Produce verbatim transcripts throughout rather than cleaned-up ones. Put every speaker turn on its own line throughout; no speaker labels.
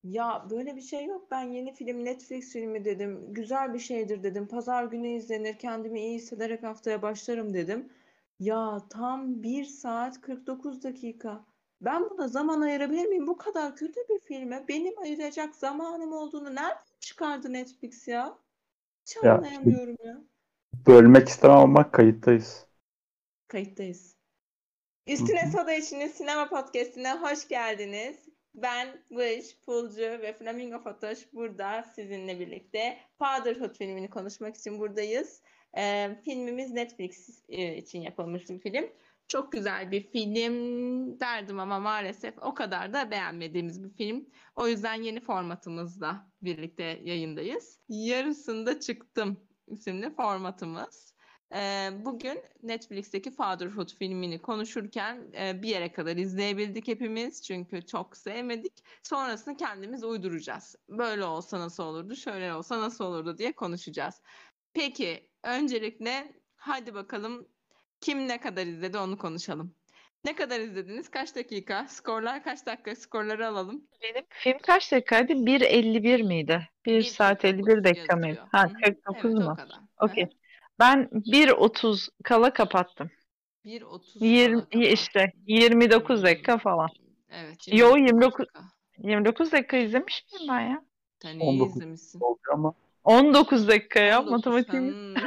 Ya böyle bir şey yok. Ben yeni film, Netflix filmi dedim. Güzel bir şeydir dedim. Pazar günü izlenir. Kendimi iyi hissederek haftaya başlarım dedim. Ya tam bir saat kırk dokuz dakika. Ben buna zaman ayırabilir miyim? Bu kadar kötü bir filme benim ayıracak zamanım olduğunu nereden çıkardı Netflix ya? Hiç
Ya şimdi
anlayamıyorum ya.
bölmek istemem ama kayıttayız.
Kayıttayız.
Hı
Üstüne
hı.
Soda İçinin Sinema Podcast'ine hoş geldiniz. Ben Vış, Pulcu ve Flamingo Fatoş burada sizinle birlikte Fatherhood filmini konuşmak için buradayız. Ee, filmimiz Netflix e, için yapılmış bir film. Çok güzel bir film derdim ama maalesef o kadar da beğenmediğimiz bir film. O yüzden yeni formatımızla birlikte yayındayız. Yarısında çıktım isimli formatımız. Ee, bugün Netflix'teki Fatherhood filmini konuşurken e, bir yere kadar izleyebildik hepimiz çünkü çok sevmedik. Sonrasını kendimiz uyduracağız. Böyle olsa nasıl olurdu, şöyle olsa nasıl olurdu diye konuşacağız. Peki, öncelikle hadi bakalım kim ne kadar izledi onu konuşalım. Ne kadar izlediniz? Kaç dakika? Skorlar kaç dakika? Skorları alalım.
Benim film kaç dakikaydı? bir elli bir miydi? bir saat elli bir
bir kırk dokuz
dakika mıydı?
yazıyor. Hı
Ha
hı.
kırk dokuz
Evet o
mu?
kadar. Hı
Okey.
hı.
Ben bir otuz kala kapattım.
bir otuz
yirmi
kala
işte
kapattım.
yirmi dokuz
Hmm.
dakika falan.
Evet
Yo
yirmi dokuz
yirmi dokuz
dakika.
yirmi dokuz dakika izlemiş miyim ben ya?
Sen iyi
on dokuz
izlemişsin.
oldu ama
on dokuz dakika ya
on dokuz.
matematiğim.
Hmm.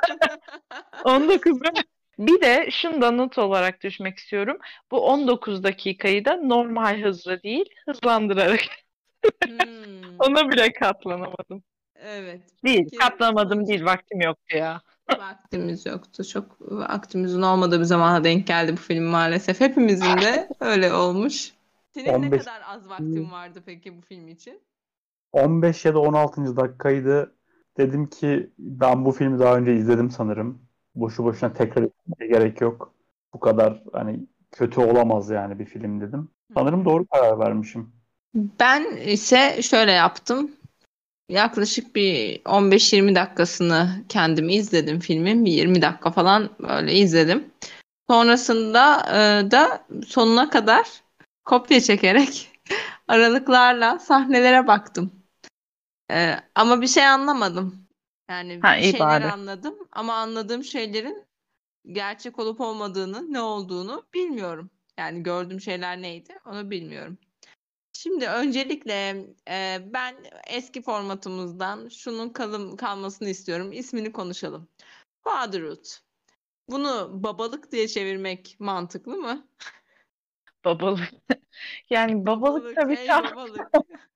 on dokuz değil mi? Bir de şundan not olarak düşmek istiyorum. Bu on dokuz dakikayı da normal hızla değil, hızlandırarak.
Hmm.
Ona bile katlanamadım.
Evet.
Değil,
Peki
katlanamadım değil,
Pulcu.
vaktim yoktu ya.
Vaktimiz yoktu. Çok vaktimizin olmadığı bir zamana denk geldi bu film maalesef. Hepimizin de öyle olmuş. Senin ne
on beş
kadar az vaktin vardı peki bu film için?
on beş ya da on altıncı dakikaydı. Dedim ki ben bu filmi daha önce izledim sanırım. Boşu boşuna
Hmm.
tekrar etmeye gerek yok. Bu kadar hani kötü olamaz yani bir film dedim.
Hı
Sanırım
hı.
doğru karar vermişim.
Ben ise şöyle yaptım. Yaklaşık bir on beş yirmi dakikasını kendim izledim filmin. Bir yirmi dakika falan böyle izledim. Sonrasında e, da sonuna kadar kopya çekerek aralıklarla sahnelere baktım. E, ama bir şey anlamadım. Yani
Ha
bir
iyi
şeyler
bari.
anladım ama anladığım şeylerin gerçek olup olmadığını, ne olduğunu bilmiyorum. Yani gördüğüm şeyler neydi, onu bilmiyorum. Şimdi öncelikle e, ben eski formatımızdan şunun kalım, kalmasını istiyorum. İsmini konuşalım. Fatherhood. Bunu babalık diye çevirmek mantıklı mı?
Babalık. Yani babalık
Babalık,
tabii
ey
tam
babalık.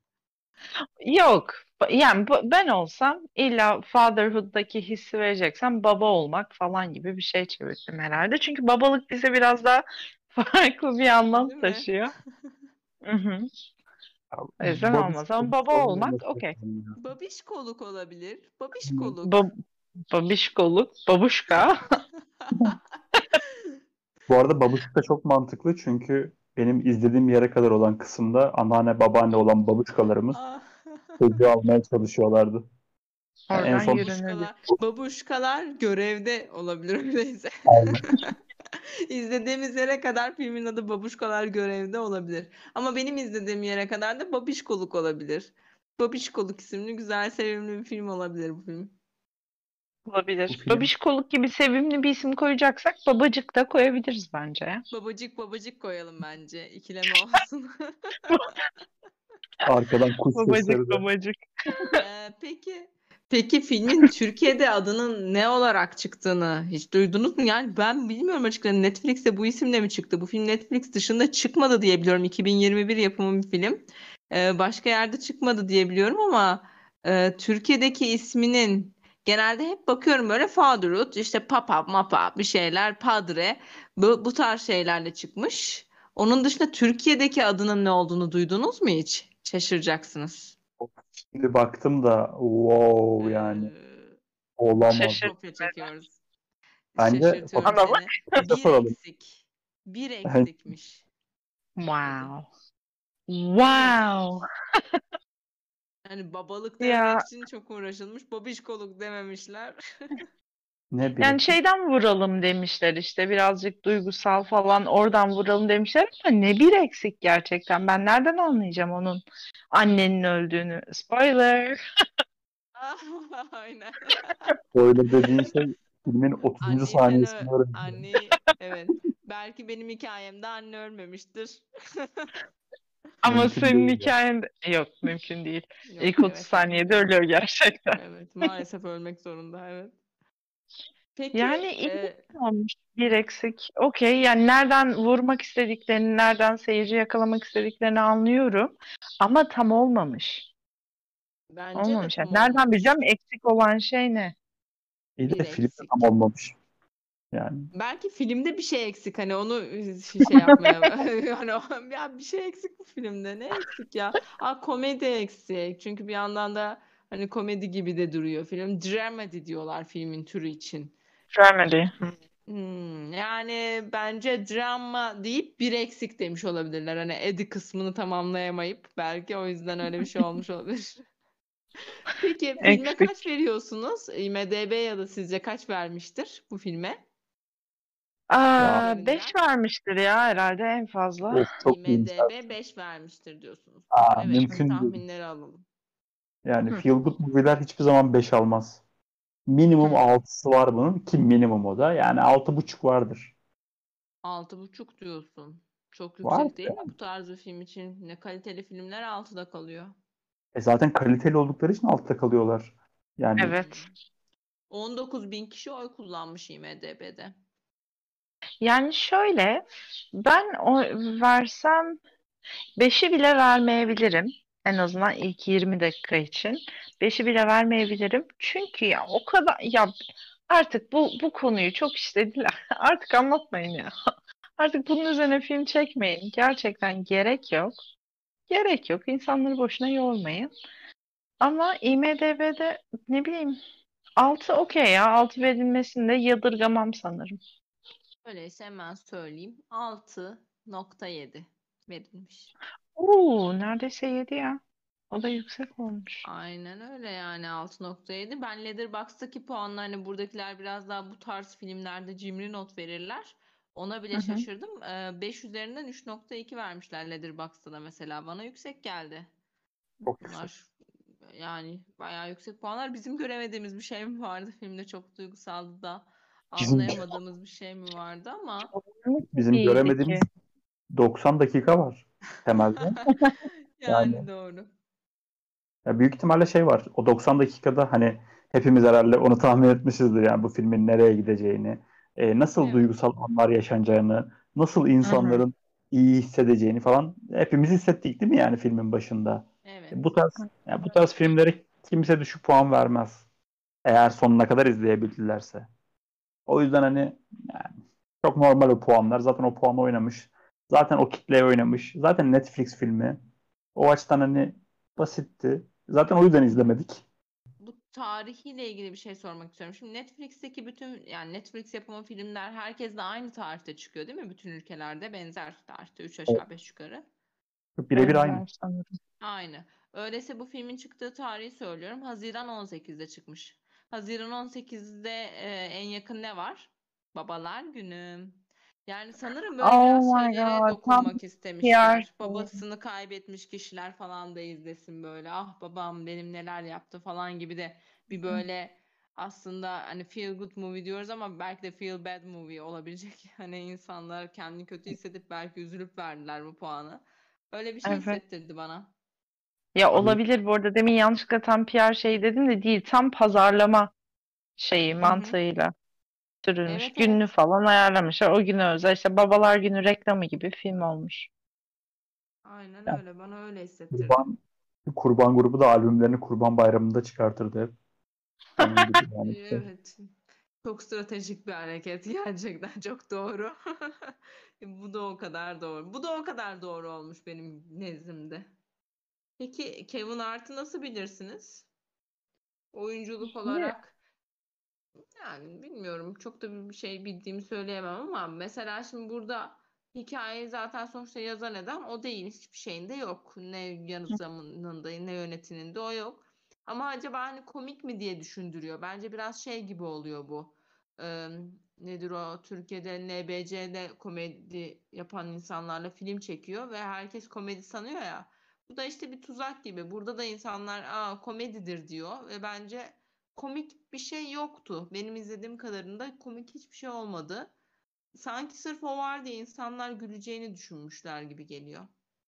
yok. Ba- Yani bu- ben olsam illa fatherhood'daki hissi vereceksem baba olmak falan gibi bir şey çevirdim herhalde. Çünkü babalık bize biraz daha farklı bir anlam
Değil mi?
taşıyor. Hı hı.
Ya,
O yüzden olmaz. Ama
babuşko
baba olmak
olmaması
okey.
lazım ya.
Babişkoluk olabilir.
Ba
Babişkoluk.
babişkoluk, babuşka.
Bu arada babuşka çok mantıklı çünkü benim izlediğim yere kadar olan kısımda anneanne babaanne olan babuşkalarımız
Ah.
çocuğu almaya çalışıyorlardı. Yani en
Oradan
son
yürünür.
Babuşkalar, babuşkalar görevde olabilir öyleyse.
aynen.
İzlediğimiz yere kadar filmin adı Babuşkalar Görevde olabilir. Ama benim izlediğim yere kadar da Babişkoluk olabilir. Babişkoluk isimli güzel, sevimli bir film olabilir bu film.
Bu
Olabilir.
film
Babişkoluk gibi sevimli bir isim koyacaksak babacık da koyabiliriz bence ya.
Babacık babacık koyalım bence. İkileme olsun.
arkadan kuş sesleri
Babacık
de.
babacık.
Ee, peki peki filmin Türkiye'de adının ne olarak çıktığını hiç duydunuz mu? Yani ben bilmiyorum açıkçası. Netflix'te bu isimle mi çıktı? Bu film Netflix dışında çıkmadı diye biliyorum. iki bin yirmi bir yapımı bir film. Ee, başka yerde çıkmadı diye biliyorum ama e, Türkiye'deki isminin genelde hep bakıyorum böyle Fatherhood, işte Papa, Mapa bir şeyler, Padre bu, bu tarz şeylerle çıkmış. Onun dışında Türkiye'deki adının ne olduğunu duydunuz mu hiç? Şaşıracaksınız.
Şimdi baktım da wow yani
Ee,
olamaz.
Şaşırt.
kopya çekiyoruz.
Bence
Şaşırtıyorum
Ana bak.
seni.
fotoğrafa
Bir
soralım.
eksik. Bir eksikmiş adı.
Wow.
Bir
Wow.
eksik. Hani babalık dememek
Ya
için çok uğraşılmış. Babişkoluk dememişler.
Ne
Yani
bileyim.
şeyden vuralım demişler işte birazcık duygusal falan oradan vuralım demişler ama ne bir eksik gerçekten. Ben nereden anlayacağım onun annenin öldüğünü? Spoiler.
Aynen.
Spoiler dediğin şey filmin otuzuncu
Anneyi sen ö
saniyesinde öğreniyor.
anneyi evet. Belki benim hikayemde anne ölmemiştir.
Ama
Mümkün
senin
değil ya.
hikayende yok mümkün değil.
Yok,
İlk otuz
evet evet.
saniyede ölüyor gerçekten.
Evet, maalesef ölmek zorunda, evet. Peki,
Yani iyi
e,
olmuş bir eksik. Okey yani nereden vurmak istediklerini, nereden seyirci yakalamak istediklerini anlıyorum. Ama tam olmamış.
bence de
Olmamış. Yani
tam
nereden
olmamış.
bileceğim eksik olan şey ne?
İyi
Bir
de film de tam
eksik.
olmamış. Yani
Belki filmde bir şey eksik, hani onu ş- şey yapmaya hani o- ya bir şey eksik bu filmde, ne eksik ya? Aa, komedi eksik, çünkü bir yandan da hani komedi gibi de duruyor film. Dramedy diyorlar filmin türü için.
Dramedy.
Hmm, yani bence drama deyip bir eksik demiş olabilirler. Hani Eddie kısmını tamamlayamayıp belki o yüzden öyle bir şey olmuş olabilir. Peki filme kaç
Eksik.
veriyorsunuz? IMDb ya da sizce kaç vermiştir bu filme? On
ya
Aa, beş
üzerinden.
vermiştir ya herhalde en fazla.
of çok iyimser.
IMDb beş vermiştir diyorsunuz. Tamam,
Aa,
evet, şimdi
mümkün değil.
tahminleri alalım.
Yani
Hı.
feel good movie'ler hiçbir zaman beş almaz. Minimum
Hmm,
altısı var bunun ki minimum o da. Yani altı buçuk vardır.
altı buçuk diyorsun. Çok
Var.
yüksek değil mi bu tarz bir film için? Ne kaliteli filmler altıda kalıyor.
E zaten kaliteli oldukları için altta kalıyorlar. Yani
Hmm.
Evet.
on dokuz bin kişi oy kullanmış IMDb'de.
Yani şöyle ben o versem beşi bile vermeyebilirim. En azından ilk yirmi dakika için. Beşi bile vermeyebilirim. Çünkü ya o kadar ya artık bu bu konuyu çok işlediler. Artık anlatmayın ya. Artık bunun üzerine film çekmeyin. Gerçekten gerek yok. Gerek yok. İnsanları boşuna yormayın. Ama IMDb'de ne bileyim altı okey ya. Altı verilmesini de yadırgamam sanırım.
Öyleyse hemen söyleyeyim. altı nokta yedi verilmiş.
Oo, neredeyse yedi ya. O da yüksek olmuş.
Aynen öyle, yani altı nokta yedi. Ben Letterboxd'daki puanlar, hani buradakiler biraz daha bu tarz filmlerde cimri not verirler. Ona
Hı
bile
hı.
şaşırdım. Ee, beş üzerinden üç nokta iki vermişler Letterboxd'da da mesela. Bana yüksek geldi.
çok yüksek.
Bunlar yani bayağı yüksek puanlar. Bizim göremediğimiz bir şey mi vardı filmde? Çok duygusaldı da
Bizim
anlayamadığımız bir şey mi vardı ama
Çok
bizim
iyiydi ki.
göremediğimiz doksan dakika var temelde. Yani
yani doğru.
ya büyük ihtimalle şey var. O doksan dakikada hani hepimiz herhalde onu tahmin etmişizdir yani bu filmin nereye gideceğini, e, nasıl
Evet.
duygusal anlar yaşanacağını, nasıl
Hı hı.
insanların iyi hissedeceğini falan hepimiz hissettik değil mi yani filmin başında? E, bu
Evet.
tarz ya bu tarz filmlere kimse düşük puan vermez. Eğer sonuna kadar izleyebildilerse. O yüzden hani yani çok normal o puanlar. Zaten o puanı oynamış. Zaten o kitleye oynamış. Zaten Netflix filmi. O açıdan hani basitti. Zaten o yüzden izlemedik.
Bu tarihiyle ilgili bir şey sormak istiyorum. Şimdi Netflix'teki bütün, yani Netflix yapımı filmler herkes de aynı tarihte çıkıyor değil mi? Bütün ülkelerde benzer tarihte, üç
O
aşağı beş yukarı.
birebir aynı.
Benzer sanırım.
Aynı. Öyleyse bu filmin çıktığı tarihi söylüyorum. Haziran on sekizde çıkmış. Haziran on sekizde e, en yakın ne var? Babalar Günü. Yani sanırım böyle
Oh
biraz
my
şeylere
god. Tam
dokunmak
P R
istemişler.
şeyi.
Babasını kaybetmiş kişiler falan da izlesin böyle. Ah babam benim neler yaptı falan gibi de bir böyle, aslında hani feel good movie diyoruz ama belki de feel bad movie olabilecek. Hani insanlar kendini kötü hissedip belki üzülüp verdiler bu puanı. Öyle bir şey
Evet.
hissettirdi bana.
Ya
Abi
olabilir bu arada demin yanlışlıkla tam P R şeyi dedim de değil. Tam pazarlama şeyi
Hı hı.
mantığıyla sürülmüş.
Evet
Gününü
evet.
falan ayarlamışlar. O güne özel işte Babalar Günü reklamı gibi film olmuş.
Aynen
yani
öyle. Bana öyle hissettirdi.
kurban, kurban grubu da albümlerini Kurban Bayramı'nda çıkartırdı hep. Onun gibi yani bir şey.
Evet. Çok stratejik bir hareket. Gerçekten çok doğru. Bu da o kadar doğru. Bu da o kadar doğru olmuş benim nezdimde. Peki Kevin Hart'ı nasıl bilirsiniz? Oyunculuk
İyi.
olarak yani bilmiyorum. Çok da bir şey bildiğimi söyleyemem ama mesela şimdi burada hikayeyi zaten sonuçta yazan eden o değil. Hiçbir şeyinde yok. Ne yazımında ne yönetiminde o yok. Ama acaba hani komik mi diye düşündürüyor. Bence biraz şey gibi oluyor bu. e, nedir o, Türkiye'de N B C'de komedi yapan insanlarla film çekiyor ve herkes komedi sanıyor ya. Bu da işte bir tuzak gibi. Burada da insanlar aa komedidir diyor ve bence komik bir şey yoktu. Benim izlediğim kadarında komik hiçbir şey olmadı. Sanki sırf o var diye insanlar güleceğini düşünmüşler gibi geliyor.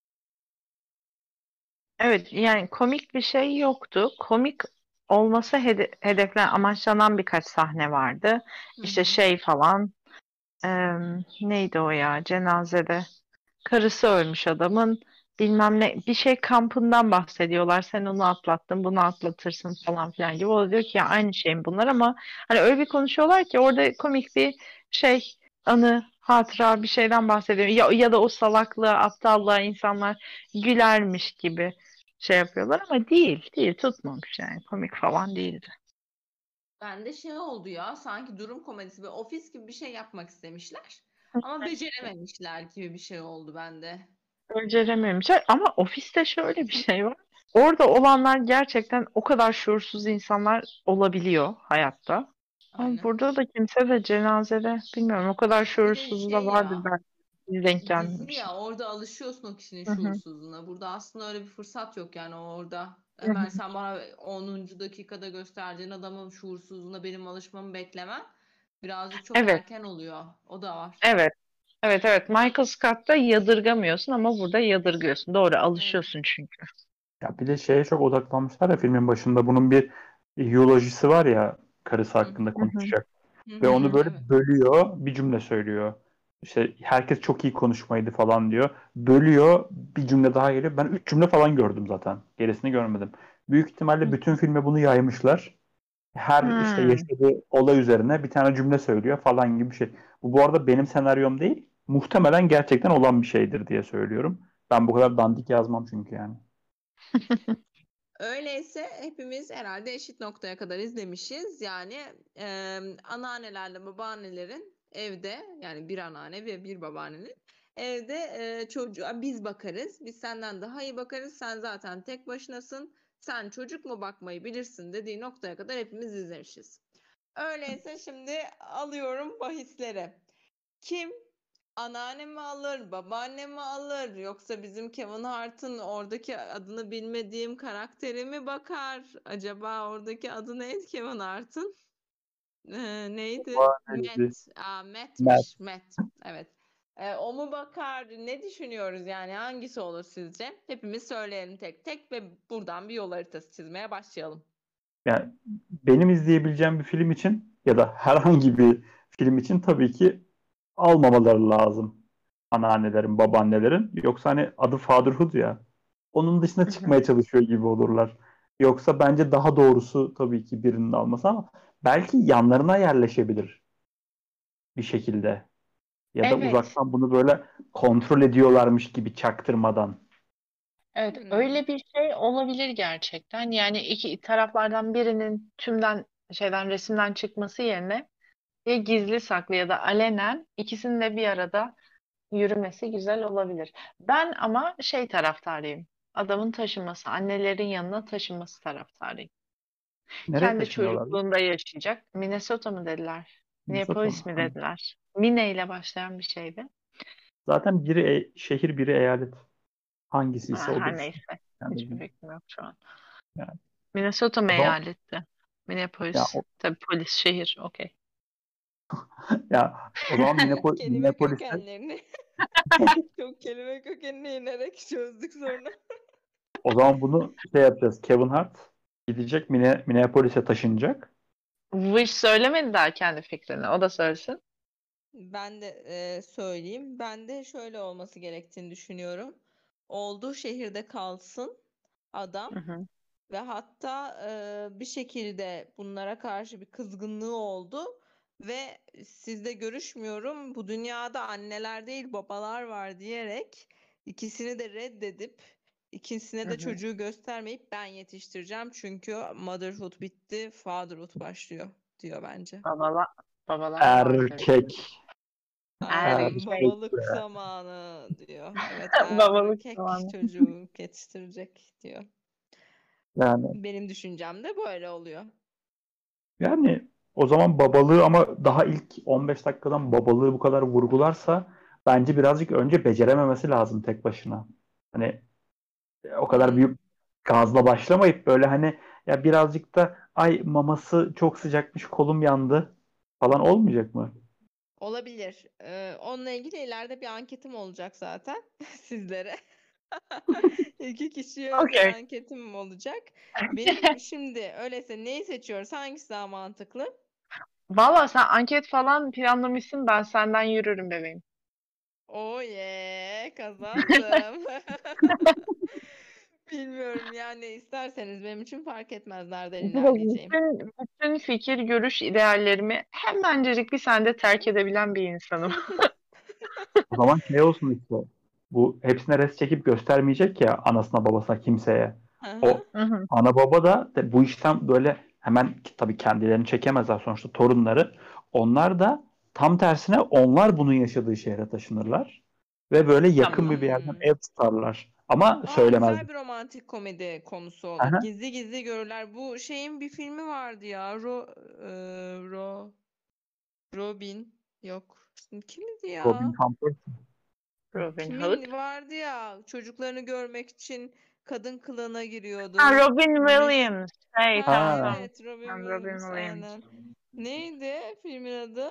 Evet, yani komik bir şey yoktu. Komik olması hede hedeflen amaçlanan birkaç sahne vardı.
Hı
İşte
hı.
şey falan, em, neydi o ya, cenazede karısı ölmüş adamın, bilmem ne bir şey kampından bahsediyorlar. Sen onu atlattın, bunu atlatırsın falan filan gibi. O diyor ki ya aynı şey mi bunlar, ama hani öyle bir konuşuyorlar ki orada komik bir şey, anı, hatıra bir şeyden bahsediyor. Ya, ya da o salaklığa, aptallığa insanlar gülermiş gibi şey yapıyorlar ama değil, değil, tutmamış yani, komik falan değildi.
Bende şey oldu ya, sanki durum komedisi ve ofis gibi bir şey yapmak istemişler ama becerememişler gibi bir şey oldu bende.
Becerememişler ama ofiste şöyle bir şey var. Orada olanlar gerçekten o kadar şuursuz insanlar olabiliyor hayatta. Ama
Aynen.
burada da kimse de cenazede, bilmiyorum, o kadar
Bir de
şuursuzu da
şey
vardır
ya,
belki. Biz denk
dizi
gelmemişiz.
ya, orada alışıyorsun o kişinin
Hı hı.
şuursuzluğuna. Burada aslında öyle bir fırsat yok yani orada.
Hı hı.
Hemen sen bana onuncu dakikada gösterdiğin adamın şuursuzluğuna benim alışmamı beklemem birazcık çok
Evet,
erken oluyor. O da var.
evet. Evet, evet. Michael Scott'ta yadırgamıyorsun ama burada yadırgıyorsun. Doğru,
Evet.
alışıyorsun çünkü.
Ya bir de şeye çok odaklanmışlar ya filmin başında. Bunun bir eulojisi var ya, karısı
Hı
hakkında
hı.
Hı hı.
konuşacak.
Hı
Ve
Hı
hı.
onu
hı.
böyle
Evet.
bölüyor, bir cümle söylüyor. İşte herkes çok iyi konuşmaydı falan diyor. Bölüyor, bir cümle daha geliyor. Ben üç cümle falan gördüm zaten. Gerisini görmedim. Büyük ihtimalle
Hı.
bütün filme bunu yaymışlar. Her işte
Hmm.
yaşadığı olay üzerine bir tane cümle söylüyor falan gibi bir şey. Bu bu arada benim senaryom değil. Muhtemelen gerçekten olan bir şeydir diye söylüyorum. Ben bu kadar dandik yazmam çünkü yani.
Öyleyse hepimiz herhalde eşit noktaya kadar izlemişiz. Yani e, anneannelerle babaannelerin evde, yani bir anneanne ve bir babaannenin evde e, çocuğa biz bakarız. Biz senden daha iyi bakarız. Sen zaten tek başınasın. Sen çocuk mu bakmayı bilirsin dediği noktaya kadar hepimiz izlemişiz. Öyleyse şimdi alıyorum bahisleri. Kim anneanne mi alır, babaanne mi alır, yoksa bizim Kevin Hart'ın oradaki adını bilmediğim karakteri mi bakar? Acaba oradaki adı neydi Kevin Hart'ın? Ee, neydi?
Var neydi?
Matt. Aa,
Mert.
Matt'miş. Matt. Evet. Ee, o mu bakar? Ne düşünüyoruz yani? Hangisi olur sizce? Hepimiz söyleyelim tek tek ve buradan bir yol haritası çizmeye başlayalım.
Yani benim izleyebileceğim bir film için ya da herhangi bir film için tabii ki almamaları lazım. Anneannelerin, babaannelerin. Yoksa hani adı Fatherhood ya. Onun dışına
Hı hı.
çıkmaya çalışıyor gibi olurlar. Yoksa bence daha doğrusu tabii ki birinin alması ama belki yanlarına yerleşebilir bir şekilde. Ya da
Evet.
uzaktan bunu böyle kontrol ediyorlarmış gibi çaktırmadan.
Evet,
Hmm.
öyle bir şey olabilir gerçekten. Yani iki taraflardan birinin tümden şeyden, resimden çıkması yerine ya gizli saklı ya da alenen ikisinin de bir arada yürümesi güzel olabilir. Ben ama şey taraftarıyım. Adamın taşınması, annelerin yanına taşınması taraftarıyım.
Nereye
Kendi
taşınıyorlardı?
çocukluğunda yaşayacak. Minnesota mı dediler?
Minnesota
Minneapolis
mı?
mi
Ha.
dediler? Mine ile başlayan bir şeydi.
Zaten biri e- şehir, biri eyalet. Hangisi ise
Ha, her
odur.
neyse.
Yani,
Hiçbir fikrim yok şu an.
yani,
Minnesota mı
o zaman
eyaletti?
ya,
Minneapolis.
o,
Tabii polis şehir. Okey.
ya o zaman Minneapolis,
Kelime
Minneapolis'te
kökenlerini çok kelime kökenine inerek çözdük sonra.
o zaman bunu şey yapacağız. Kevin Hart gidecek Minne- Minneapolis'e taşınacak.
Wish söylemedi daha kendi fikrini. O da söylesin.
Ben de e, söyleyeyim. Ben de şöyle olması gerektiğini düşünüyorum. Olduğu şehirde kalsın adam
Hı hı.
ve hatta e, bir şekilde bunlara karşı bir kızgınlığı oldu ve sizle görüşmüyorum. Bu dünyada anneler değil babalar var diyerek ikisini de reddedip ikisine
Hı
de
hı.
çocuğu göstermeyip ben yetiştireceğim çünkü motherhood bitti, fatherhood başlıyor diyor bence.
Babalar, babalar var tabii.
Erkek.
Aynen
Erkek.
Erkek
babalık
be.
zamanı diyor. Evet
Babalık
erkek
zamanı.
çocuğu yetiştirecek diyor.
Yani
Benim düşüncem de böyle oluyor.
yani o zaman babalığı ama daha ilk on beş dakikadan babalığı bu kadar vurgularsa bence birazcık önce becerememesi lazım tek başına. Hani e, o kadar
Hmm.
büyük gazla başlamayıp böyle hani ya birazcık da ay maması çok sıcakmış kolum yandı falan olmayacak mı?
Olabilir. Ee, onunla ilgili ileride bir anketim olacak zaten sizlere. İki kişiye özel
Okey.
anketim olacak. Benim şimdi öyleyse neyi seçiyoruz? Hangisi daha mantıklı?
Valla sen anket falan planlamışsın, ben senden yürürüm bebeğim.
Oh yeah, kazandım. Bilmiyorum yani isterseniz benim için fark etmez nereden
Biraz
ilerleyeceğim.
bütün, bütün fikir, görüş, ideallerimi hemencecik bir sende terk edebilen bir insanım.
O zaman şey olsun işte. Bu hepsine res çekip göstermeyecek ya anasına babasına kimseye.
Hı hı.
O
Hı hı.
ana baba da de bu işten böyle hemen tabii kendilerini çekemezler sonuçta torunları. Onlar da tam tersine onlar bunun yaşadığı şehre taşınırlar. Ve böyle yakın
Tamam.
bir bir yerden
Hmm.
ev tutarlar. Ama
Aa, güzel
söylemezler.
bir romantik komedi konusu olur.
Aha.
Gizli gizli görürler. Bu şeyin bir filmi vardı ya. Ro, e, Ro, Robin. Yok. Şimdi kimdi
Robin
ya?
Comfort.
Robin Hood.
Kimin vardı ya? Çocuklarını görmek için kadın kılığına
Ha,
giriyordu.
Robin
Mis.
Williams. Hey,
Ha
tamam
Ha,
tamam.
evet, Robin
Tamam, Robin
Williams
Williams.
aynen. Neydi filmin adı?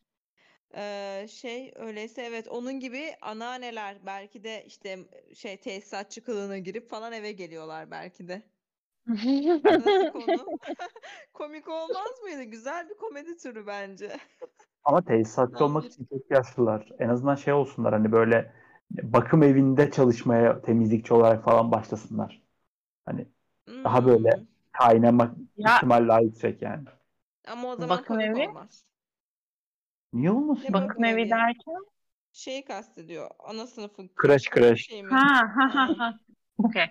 Ee, şey öyleyse evet onun gibi anneanneler belki de işte şey tesisatçı kılığına girip falan eve geliyorlar belki de. Nasıl konu? Komik olmaz mıydı? Güzel bir komedi türü bence.
ama tesisatçı olmak
Anlat.
için çok yaşlılar. En azından şey olsunlar hani böyle bakım evinde çalışmaya temizlikçi olarak falan başlasınlar. Hani daha böyle
Hmm.
kaynamak
Ya,
ihtimal daha yüksek yani.
Ama o zaman
bakım
komik
evi?
olmaz.
Niye
Ne
olmasın ya?
Bakım
bakım
evi
evi?
derken?
Şeyi kastediyor. Ana sınıfı
Kreş
kreş gibi bir
kreş.
şey
Ha
mi?
ha ha
Ha.
ha. Okey.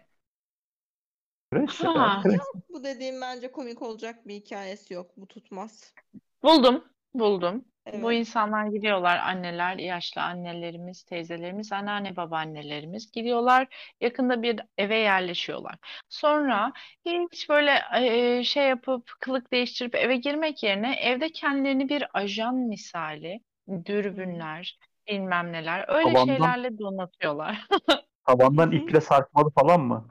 Kreş ya
Ha,
kreş.
Bu dediğim bence komik olacak bir hikayesi yok. Bu tutmaz.
buldum. Buldum. Bu
Evet.
insanlar gidiyorlar, anneler, yaşlı annelerimiz, teyzelerimiz, anneanne babaannelerimiz gidiyorlar. Yakında bir eve yerleşiyorlar. Sonra hiç böyle e, şey yapıp kılık değiştirip eve girmek yerine evde kendilerini bir ajan misali,
Hı.
dürbünler, bilmem neler öyle
Tavandan,
şeylerle donatıyorlar.
tavandan iple sarkmalı falan mı?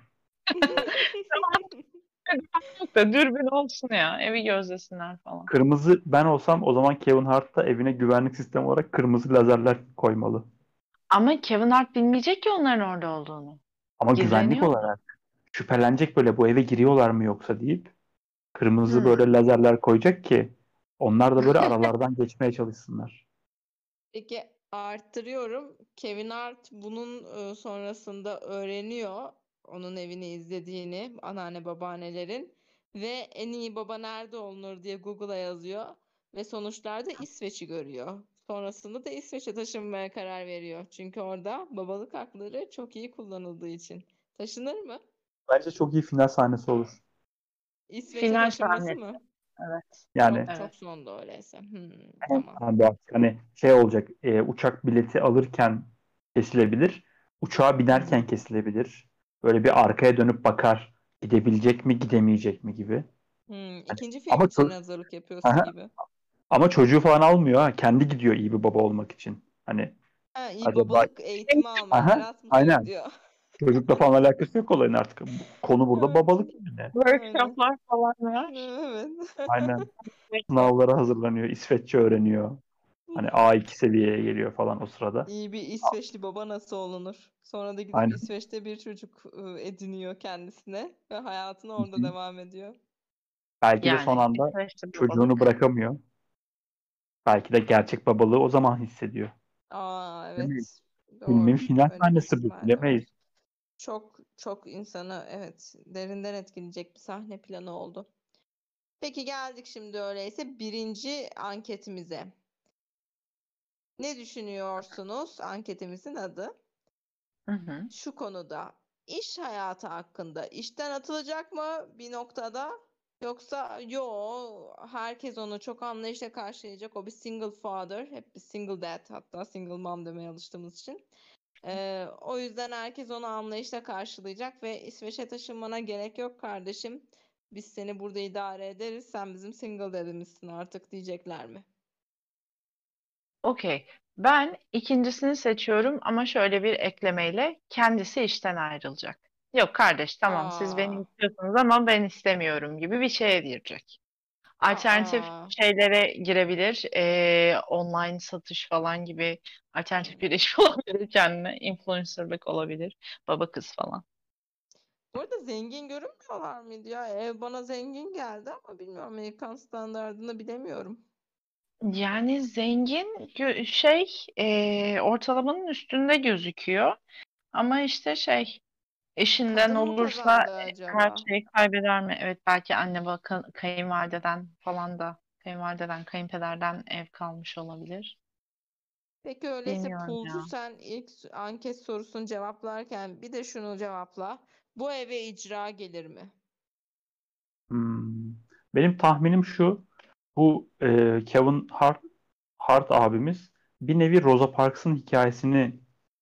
Yok da dürbün olsun ya, evi gözlesinler falan.
Kırmızı ben olsam o zaman Kevin Hart da evine güvenlik sistemi olarak kırmızı lazerler koymalı.
Ama Kevin Hart bilmeyecek ki onların orada olduğunu.
Ama güvenlik
Gizleniyor.
olarak şüphelenecek böyle bu eve giriyorlar mı yoksa deyip kırmızı
Hmm.
böyle lazerler koyacak ki onlar da böyle aralardan geçmeye çalışsınlar.
Peki arttırıyorum. Kevin Hart bunun e, sonrasında öğreniyor onun evini izlediğini anneanne babaannelerin ve en iyi baba nerede olunur diye Google'a yazıyor ve sonuçlarda İsveç'i görüyor. Sonrasında da İsveç'e taşınmaya karar veriyor. Çünkü orada babalık hakları çok iyi kullanıldığı için. Taşınır mı?
Bence çok iyi final sahnesi olur.
İsveç'e
Final
taşınması
sahnesi.
mı?
Evet.
Yani
Çok
Evet.
çok sonda öyleyse. Hmm,
en
tamam.
sahne artık hani şey olacak e, uçak bileti alırken kesilebilir. Uçağa
Hı hı.
binerken kesilebilir. Böyle bir arkaya dönüp bakar gidebilecek mi gidemeyecek mi gibi.
Hmm,
Hani,
ikinci film
ama
için
ço-
hazırlık yapıyorsun
Aha,
gibi.
ama çocuğu falan almıyor ha. Kendi gidiyor iyi bir baba olmak için. Hani
Ha, iyi
acaba
babalık eğitimi almaya
aha
Erasmus'a
aynen.
gidiyor.
Çocukla falan alakası yok olayın artık. Konu burada
Evet.
babalık yani.
Aynen.
Workshoplar falan var.
Evet.
Aynen.
Workshop.
Sınavlara hazırlanıyor. İsveççe öğreniyor. Hani A iki seviyeye geliyor falan o sırada.
İyi bir İsveçli baba nasıl olunur? Sonra da gidip
Aynen.
İsveç'te bir çocuk ıı, ediniyor kendisine ve hayatına
Hı
orada
hı.
devam ediyor.
Belki de son
Yani
anda
İsveç'te
çocuğunu
babalık.
bırakamıyor. Belki de gerçek babalığı o zaman hissediyor.
Aa
Bilemeyiz.
evet.
Filmin
Doğru.
final
Öyle bir
sahnesi bu.
ihtimal de
Bilemeyiz.
var. Çok çok insanı evet derinden etkileyecek bir sahne planı oldu. Peki geldik şimdi öyleyse birinci anketimize. Ne düşünüyorsunuz? Anketimizin adı.
Hı hı.
Şu konuda iş hayatı hakkında işten atılacak mı bir noktada yoksa yo herkes onu çok anlayışla karşılayacak. O bir single father, hep bir single dad hatta single mom demeye alıştığımız için. Ee, o yüzden herkes onu anlayışla karşılayacak ve İsveç'e taşınmana gerek yok kardeşim. Biz seni burada idare ederiz. Sen bizim single dad'imizsin artık diyecekler mi?
Okey. Ben ikincisini seçiyorum ama şöyle bir eklemeyle kendisi işten ayrılacak. Yok kardeş tamam siz beni
Aa,
istiyorsunuz ama ben istemiyorum gibi bir şeye girecek. Alternatif
aa.
şeylere girebilir. Ee, online satış falan gibi alternatif bir iş bulabilir kendine. Influencerlık olabilir. Baba kız falan.
Bu arada zengin görünmüyorlar mıydı ya? Ev bana zengin geldi ama bilmiyorum Amerikan standardını bilemiyorum.
Yani zengin gö- şey ee, ortalamanın üstünde gözüküyor. Ama işte şey eşinden
Kadın mı
olursa
kazandı
her
acaba?
şeyi kaybeder mi? Evet belki anne baba ka- kayınvalideden falan da kayınvalideden kayınpederden ev kalmış olabilir.
Peki öyleyse
Bilmiyorum
Pulcu
ya.
sen ilk s- anket sorusunu cevaplarken bir de şunu cevapla. Bu eve icra gelir mi?
Hmm. Benim tahminim şu. Bu e, Kevin Hart, Hart abimiz bir nevi Rosa Parks'ın hikayesini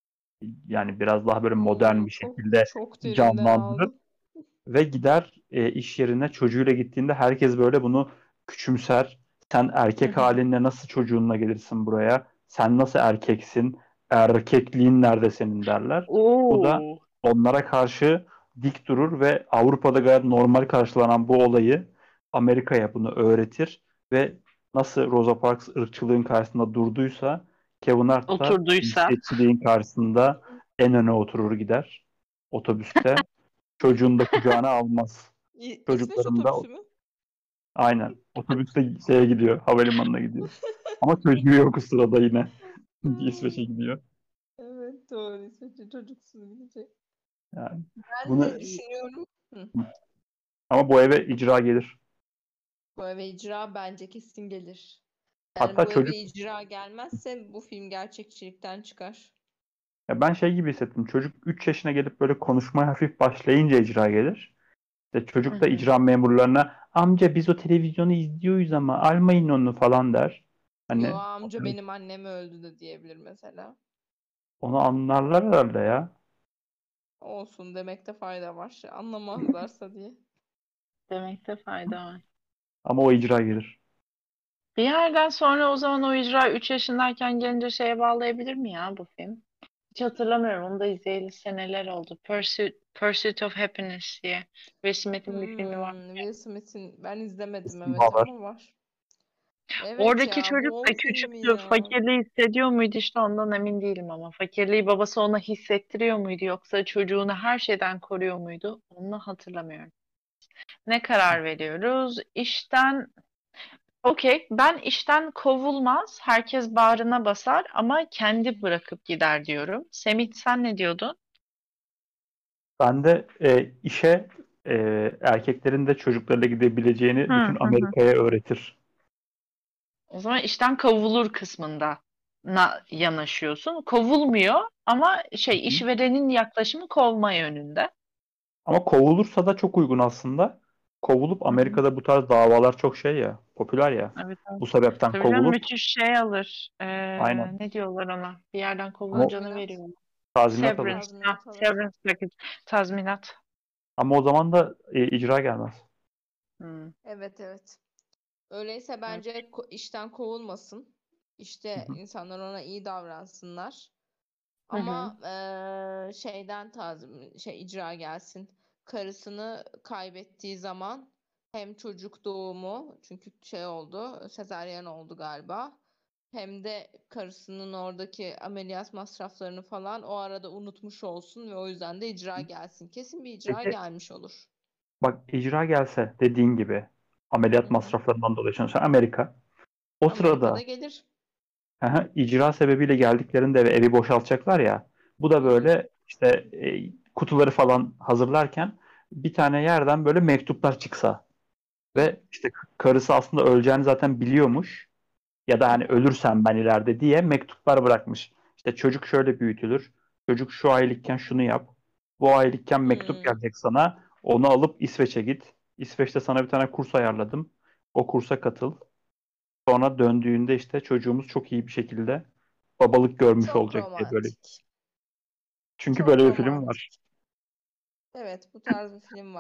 yani biraz daha böyle modern
Oo,
bir
çok
şekilde
çok derinden
canlandırır
aldım.
ve gider e, iş yerine çocuğuyla gittiğinde herkes böyle bunu küçümser. Sen
Hı
erkek
hı.
halinle nasıl çocuğunla gelirsin buraya? Sen nasıl erkeksin? Erkekliğin nerede senin derler. Bu da
Oo.
onlara karşı dik durur ve Avrupa'da gayet normal karşılanan bu olayı Amerika'ya bunu öğretir ve nasıl Rosa Parks ırkçılığın karşısında durduysa Kevin Hart da
Oturduysa.
cinsiyetçiliğin karşısında en öne oturur gider otobüste. Çocuğunu da kucağına almaz.
İ- İsveç
Çocuklarını da
otobüsü mü?
aynen otobüste şeye gidiyor, havalimanına gidiyor. Ama çocuğu yok o sırada yine. İsveç'e
Hmm,
gidiyor.
evet doğru İsveç'e çocuksuz gidecek.
Yani
Ben
bunu
de düşünüyorum. Hı.
ama bu eve icra gelir.
Bu eve icra bence kesin gelir. Yani
Hatta
bu eve
çocuk
icra gelmezse bu film gerçekçilikten çıkar.
ya ben şey gibi hissettim. Çocuk üç yaşına gelip böyle konuşmaya hafif başlayınca icra gelir. İşte
Hı
çocuk da
hı.
icra memurlarına amca biz o televizyonu izliyoruz ama almayın onu falan der.
Yo
Hani
amca benim annem öldü de diyebilir mesela.
onu anlarlar herhalde ya.
Olsun demekte fayda var. Anlamazlarsa diye.
Demekte fayda var.
Ama o icra gelir.
Bir yerden sonra o zaman o icra üç yaşındayken gelince şeye bağlayabilir mi ya bu film? Hiç hatırlamıyorum. Onu da izleyeli seneler oldu. Pursuit, Pursuit of Happiness diye. Will Smith'in bir filmi var.
Hmm, Will Smith'in ben izlemedim
Kesin
evet
bağlar.
ama var. Evet
Oradaki
ya
çocuk
bu onun
da
filmi
küçüktü.
ya.
Fakirliği hissediyor muydu işte ondan emin değilim ama. Fakirliği babası ona hissettiriyor muydu yoksa çocuğunu her şeyden koruyor muydu? Onu hatırlamıyorum. Ne karar veriyoruz? İşten okey. Ben işten kovulmaz. Herkes bağrına basar ama kendi bırakıp gider diyorum. Semih sen ne diyordun?
Ben de e, işe e, erkeklerin de çocuklarıyla gidebileceğini
Hı
bütün
hı hı.
Amerika'ya öğretir.
O zaman işten kovulur kısmında na yanaşıyorsun. Kovulmuyor ama şey
Hı.
işverenin yaklaşımı kovma yönünde.
Ama kovulursa da çok uygun aslında. Kovulup
Hı hı.
Amerika'da bu tarz davalar çok şey ya, popüler ya.
Evet, evet.
Bu sebepten
Tabii canım
kovulup
müthiş şey alır.
aynen.
Ee, ne diyorlar ona? Bir yerden
Ama
kovulunca ne
Tazminat.
veriyor?
tazminat alır.
Severance. Ha,
Tazminat alır.
severance package. Tazminat.
Ama o zaman da e, icra gelmez.
Hmm.
Evet evet. Öyleyse
Evet.
bence ko- işten kovulmasın.
Hı
İşte
hı.
insanlar ona iyi davransınlar.
Hı hı.
Ama eee, şeyden tazmin şey icra gelsin. Karısını kaybettiği zaman hem çocuk doğumu çünkü şey oldu sezaryen oldu galiba. Hem de karısının oradaki ameliyat masraflarını falan o arada unutmuş olsun ve o yüzden de icra gelsin. Kesin bir icra
Peki
gelmiş olur.
bak icra gelse dediğin gibi
Hı
ameliyat
hı.
masraflarından dolayı sonuçta Amerika. O
Amerika'da
sırada
gelir.
aha, icra sebebiyle geldiklerinde ve evi boşaltacaklar ya. Bu da
Hı hı.
böyle işte e, kutuları falan hazırlarken bir tane yerden böyle mektuplar çıksa
Hı
ve işte karısı aslında öleceğini zaten biliyormuş ya da
hı.
hani
Hı.
ölürsem ben ileride diye mektuplar bırakmış. İşte çocuk şöyle büyütülür. Çocuk şu aylıkken şunu yap. Bu aylıkken mektup
Hmm.
gelecek sana. Onu alıp İsveç'e git. İsveç'te sana bir tane kurs ayarladım. O kursa katıl. Sonra döndüğünde işte çocuğumuz çok iyi bir şekilde babalık görmüş
Çok
olacak diye böyle.
romantik.
Çünkü
Çok
böyle bir film var.
romantik. Evet, bu tarz bir film var.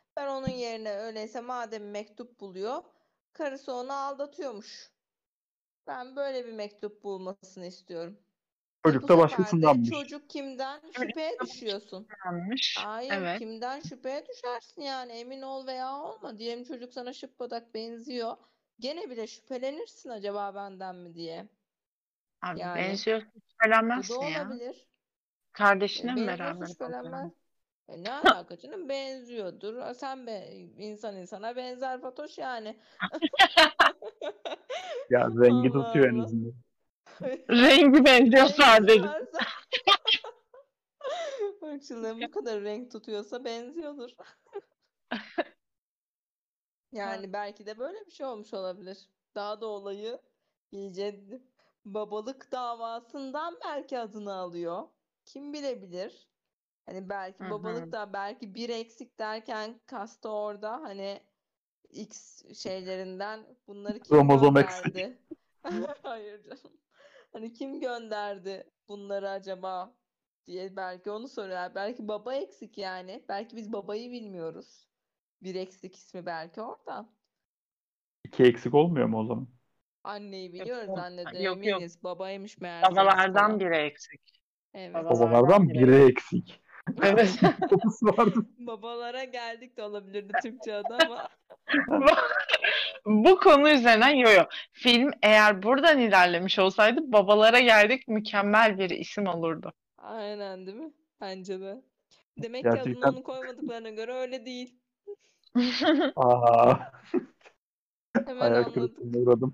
Ben onun yerine öyleyse madem mektup buluyor, karısı onu aldatıyormuş. Ben böyle bir mektup bulmasını istiyorum. E bu
Çocuk da
sefer de
başkasındanmış.
çocuk kimden
Öyle
şüpheye düşüyorsun?
yanlış.
Hayır,
Evet.
kimden şüpheye düşersin yani emin ol veya olma. Diyelim çocuk sana şıppadak benziyor. Gene bile şüphelenirsin acaba benden mi diye.
Abi
Yani
benziyorsa
bu da
şüphelenmezsin ya.
olabilir.
Kardeşine
E,
mi
benziyorsa
beraber
şüphelenmez.
olacaksın?
E, ne alaka canım? Benziyordur. A, Sen be insan insana benzer Fatoş yani.
Ya rengi
Allah
tutuyor en
Allah.
azından.
Rengi benziyor
Renk
sadece.
tutarsa. Irkçılığın bu kadar renk tutuyorsa benziyordur. Yani belki de böyle bir şey olmuş olabilir. Daha da olayı iyice babalık davasından belki adını alıyor. Kim bilebilir? Hani
Hı
belki
hı.
babalık da belki bir eksik derken kastı orada hani X şeylerinden bunları kim
Kromozom eksik.
gönderdi? Hayır canım. Hani kim gönderdi bunları acaba diye belki onu soruyor. Belki baba eksik yani. Belki biz babayı bilmiyoruz. Bir eksik ismi belki orada.
İki eksik olmuyor mu o zaman?
Anneyi
Yok,
biliyoruz, anneden
yok, yok.
eminiz. Babaymış meğerse eksik
Babalardan
olan.
biri eksik.
Evet.
Babalardan
Babalardan
biri.
biri eksik.
Evet.
Kokusu vardı.
Babalara geldik de olabilirdi Türkçe adı ama.
Bu konu üzerinden yo yo. Film eğer buradan ilerlemiş olsaydı babalara geldik mükemmel bir isim olurdu.
Aynen değil mi? Bence de. Demek ki adını
Gerçekten.
onu koymadıklarına göre öyle değil.
Aa,
Hemen
hayal kırıklığına
anladık.
uğradım.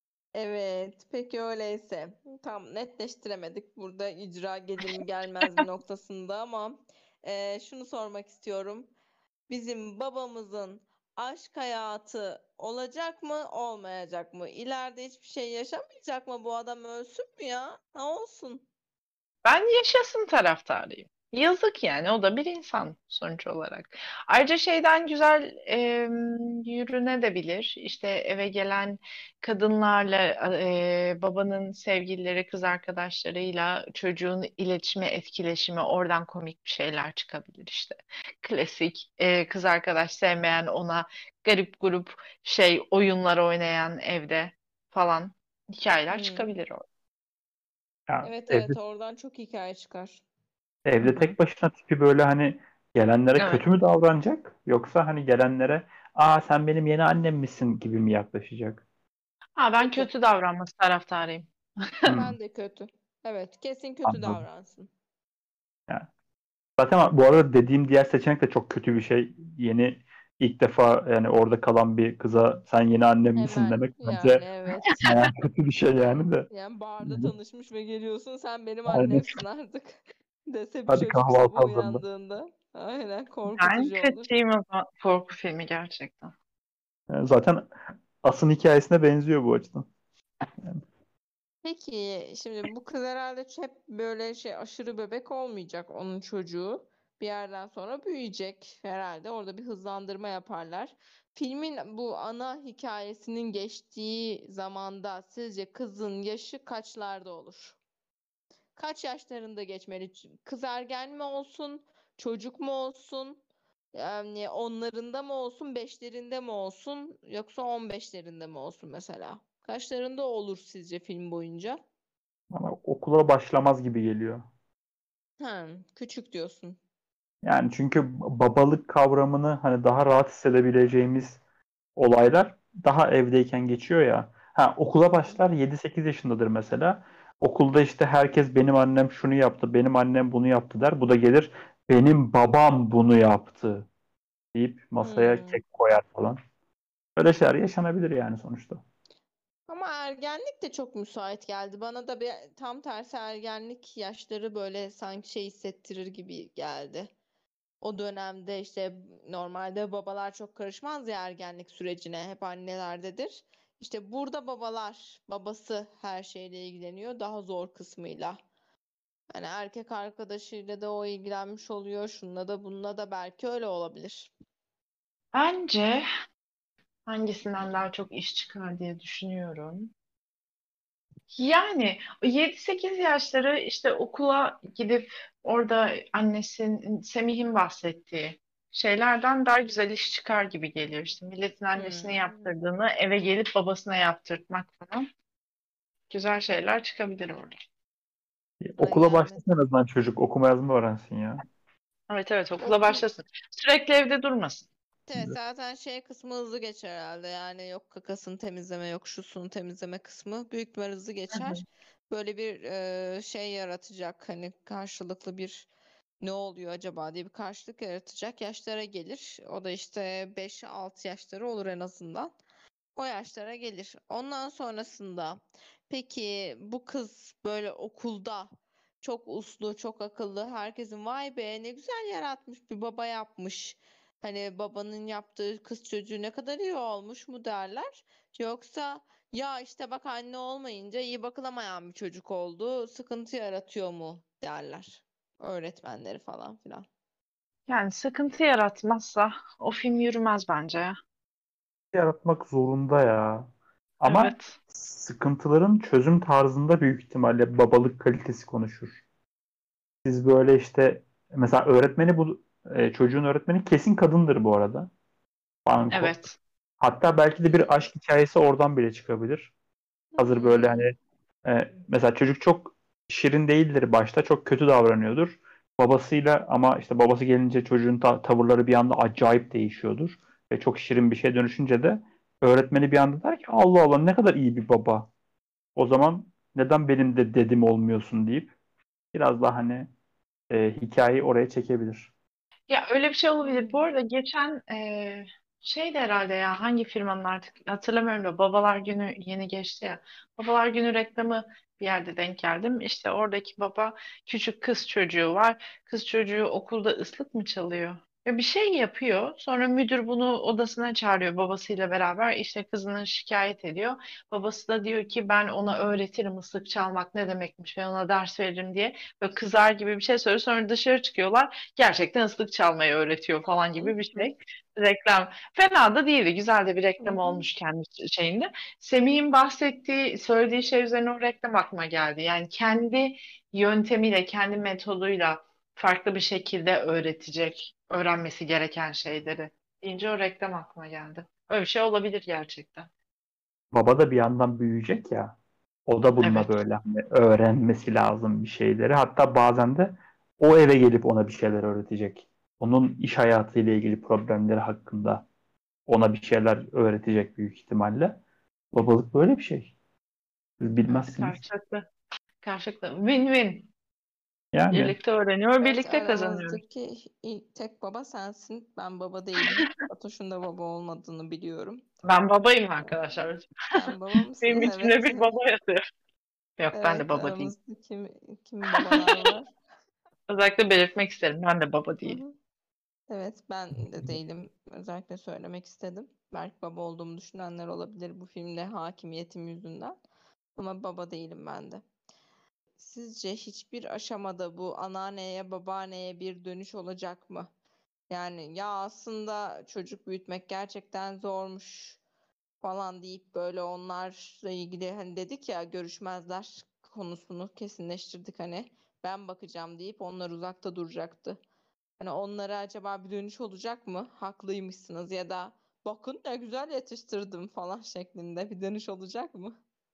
Evet, peki öyleyse. Tam netleştiremedik burada icra gelir mi gelmez mi noktasında ama eee, şunu sormak istiyorum. Bizim babamızın aşk hayatı olacak mı, olmayacak mı? İleride hiçbir şey yaşamayacak mı? Bu adam ölsün mü ya? Ne olsun?
Ben yaşasın taraftarıyım. Yazık yani o da bir insan sonuç olarak. Ayrıca şeyden güzel e, yürünebilir. İşte eve gelen kadınlarla e, babanın sevgilileri, kız arkadaşlarıyla çocuğun iletişimi, etkileşimi oradan komik bir şeyler çıkabilir işte. Klasik e, kız arkadaş sevmeyen ona garip grup şey oyunlar oynayan evde falan hikayeler
Hmm.
çıkabilir orada.
Ya,
Evet
evde,
evet oradan çok hikaye çıkar.
Hı
evde
hı.
tek başına tipi böyle hani gelenlere
Evet.
kötü mü davranacak? Yoksa hani gelenlere aa sen benim yeni annem misin gibi mi yaklaşacak?
Ha, ben
Kötü.
kötü davranması taraftarıyım.
Hmm,
Ben de kötü. Evet, kesin kötü
anladım.
davransın.
Yani zaten bu arada dediğim diğer seçenek de çok kötü bir şey. Yeni ilk defa yani orada kalan bir kıza sen yeni annem misin
Hemen
demek
yani
bence
evet.
bayağı kötü bir şey yani de.
Yani barda tanışmış ve geliyorsun sen benim
Aynen.
annemsin artık dese bir
Hadi
çocuk
kahvaltı
sabah
hazırla.
uyandığında. Aynen
Ben
korkutucu olur.
kaçayım o zaman. Korku filmi gerçekten.
Yani zaten asıl hikayesine benziyor bu açıdan. Yani,
Peki şimdi bu kız herhalde hep böyle şey aşırı bebek olmayacak onun çocuğu. Bir yerden sonra büyüyecek herhalde. Orada bir hızlandırma yaparlar. Filmin bu ana hikayesinin geçtiği zamanda sizce kızın yaşı kaçlarda olur? Kaç yaşlarında geçmeli? Kız ergen mi olsun? Çocuk mu olsun? Yani onlarında mı olsun? Beşlerinde mi olsun? Yoksa on beşlerinde mi olsun mesela? Kaçlarında olur sizce film boyunca?
bana okula başlamaz gibi geliyor.
Ha, küçük diyorsun.
Yani çünkü babalık kavramını hani daha rahat hissedebileceğimiz olaylar daha evdeyken geçiyor ya. Ha okula başlar yedi sekiz yaşındadır mesela. Okulda işte herkes benim annem şunu yaptı, benim annem bunu yaptı der. Bu da gelir benim babam bunu yaptı deyip masaya
Hmm.
kek koyar falan. Böyle şeyler yaşanabilir yani sonuçta.
Ama ergenlik de çok müsait geldi. Bana da bir tam tersi ergenlik yaşları böyle sanki şey hissettirir gibi geldi. O dönemde işte normalde babalar çok karışmaz ya ergenlik sürecine. Hep annelerdedir. İşte burada babalar, babası her şeyle ilgileniyor. Daha zor kısmıyla. Hani erkek arkadaşıyla da o ilgilenmiş oluyor. Şununla da bununla da belki öyle olabilir.
Bence hangisinden daha çok iş çıkar diye düşünüyorum. Yani yedi sekiz yaşları işte okula gidip orada annesinin Semih'in bahsettiği. şeylerden daha güzel iş çıkar gibi geliyor. İşte milletin annesine
Hmm.
yaptırdığını eve gelip babasına yaptırtmak falan. Güzel şeyler çıkabilir orada.
Bana
Okula
gelmedi.
başlasın en azından çocuk. Okuma yazma öğrensin ya.
Evet evet, okula
Okul
başlasın. Sürekli evde durmasın.
Evet, zaten şey kısmı hızlı geçer herhalde. Yani yok kakasını temizleme, yok şusunu temizleme kısmı büyük bir hızlı
Hı hı.
geçer. Böyle bir e, şey yaratacak, hani karşılıklı bir ne oluyor acaba diye bir karşılık yaratacak yaşlara gelir. O da işte beş altı yaşları olur en azından. O yaşlara gelir. Ondan sonrasında peki bu kız böyle okulda çok uslu, çok akıllı, herkesin vay be ne güzel yaratmış bir baba yapmış. Hani babanın yaptığı kız çocuğu ne kadar iyi olmuş mu derler. Yoksa ya işte bak anne olmayınca iyi bakılamayan bir çocuk oldu, sıkıntı yaratıyor mu derler. Öğretmenleri falan filan.
Yani sıkıntı yaratmazsa o film yürümez bence ya.
Yaratmak zorunda ya. Ama
Evet.
sıkıntıların çözüm tarzında büyük ihtimalle babalık kalitesi konuşur. Siz böyle işte mesela öğretmeni bu e, çocuğun öğretmeni kesin kadındır bu arada. Banko.
Evet.
Hatta belki de bir aşk hikayesi oradan bile çıkabilir. Hazır böyle
Hmm.
hani e, mesela çocuk çok şirin değildir başta. Çok kötü davranıyordur. Babasıyla ama işte babası gelince çocuğun ta- tavırları bir anda acayip değişiyordur. Ve çok şirin bir şeye dönüşünce de öğretmeni bir anda der ki Allah Allah ne kadar iyi bir baba. O zaman neden benim de dedim olmuyorsun deyip biraz daha hani e, hikayeyi oraya çekebilir.
Ya öyle bir şey olabilir. Bu
Hmm.
arada geçen eee şeydi herhalde, ya hangi firmanın artık hatırlamıyorum da Babalar Günü yeni geçti ya. Babalar Günü reklamı bir yerde denk geldim. İşte oradaki baba, küçük kız çocuğu var. Kız çocuğu okulda ıslık mı çalıyor? Ya bir şey yapıyor. Sonra müdür bunu odasına çağırıyor babasıyla beraber. İşte kızını şikayet ediyor. Babası da diyor ki ben ona öğretirim ıslık çalmak ne demekmiş ve ona ders veririm diye. Böyle kızar gibi bir şey söylüyor. Sonra dışarı çıkıyorlar. Gerçekten ıslık çalmayı öğretiyor falan
Hı
gibi bir
hı.
şey. Reklam. Fena da değildi. Güzel de bir
Hı
reklam
hı.
olmuş kendi şeyinde. Semih'in bahsettiği, söylediği şey üzerine o reklam aklıma geldi. Yani kendi yöntemiyle, kendi metoduyla farklı bir şekilde öğretecek, öğrenmesi gereken şeyleri deyince o reklam aklıma geldi. Öyle bir şey olabilir gerçekten.
Baba da bir yandan büyüyecek ya. O da bununla
Evet.
böyle hani öğrenmesi lazım bir şeyleri. Hatta bazen de o eve gelip ona bir şeyler öğretecek. Onun iş hayatıyla ilgili problemleri hakkında ona bir şeyler öğretecek büyük ihtimalle. Babalık böyle bir şey. Siz
Evet,
bilmezsiniz.
karşılıklı. Karşılıklı. Win-win.
Yani
Birlikte öğreniyor,
Evet,
birlikte kazanıyor.
aramızdaki ilk tek baba sensin. Ben baba değilim. Fatoş'un da baba olmadığını biliyorum.
Ben babayım arkadaşlar.
Sen baba
Benim
mısın?
içimde
Evet.
bir baba yatıyor. Yok, ben de
Evet,
baba değilim.
aramızda kim kim babalar var?
Özellikle belirtmek isterim. Ben de baba
Hı
değilim.
hı. Evet, ben de değilim. Özellikle söylemek istedim. Belki baba olduğumu düşünenler olabilir bu filmde hakimiyetim yüzünden. Ama baba değilim ben de. Sizce hiçbir aşamada bu anneanneye, babaanneye bir dönüş olacak mı? Yani ya aslında çocuk büyütmek gerçekten zormuş falan deyip böyle onlarla ilgili hani dedik ya görüşmezler konusunu kesinleştirdik hani ben bakacağım deyip onlar uzakta duracaktı. Hani onlara acaba bir dönüş olacak mı? Haklıymışsınız ya da bakın ne güzel yetiştirdim falan şeklinde bir dönüş olacak mı?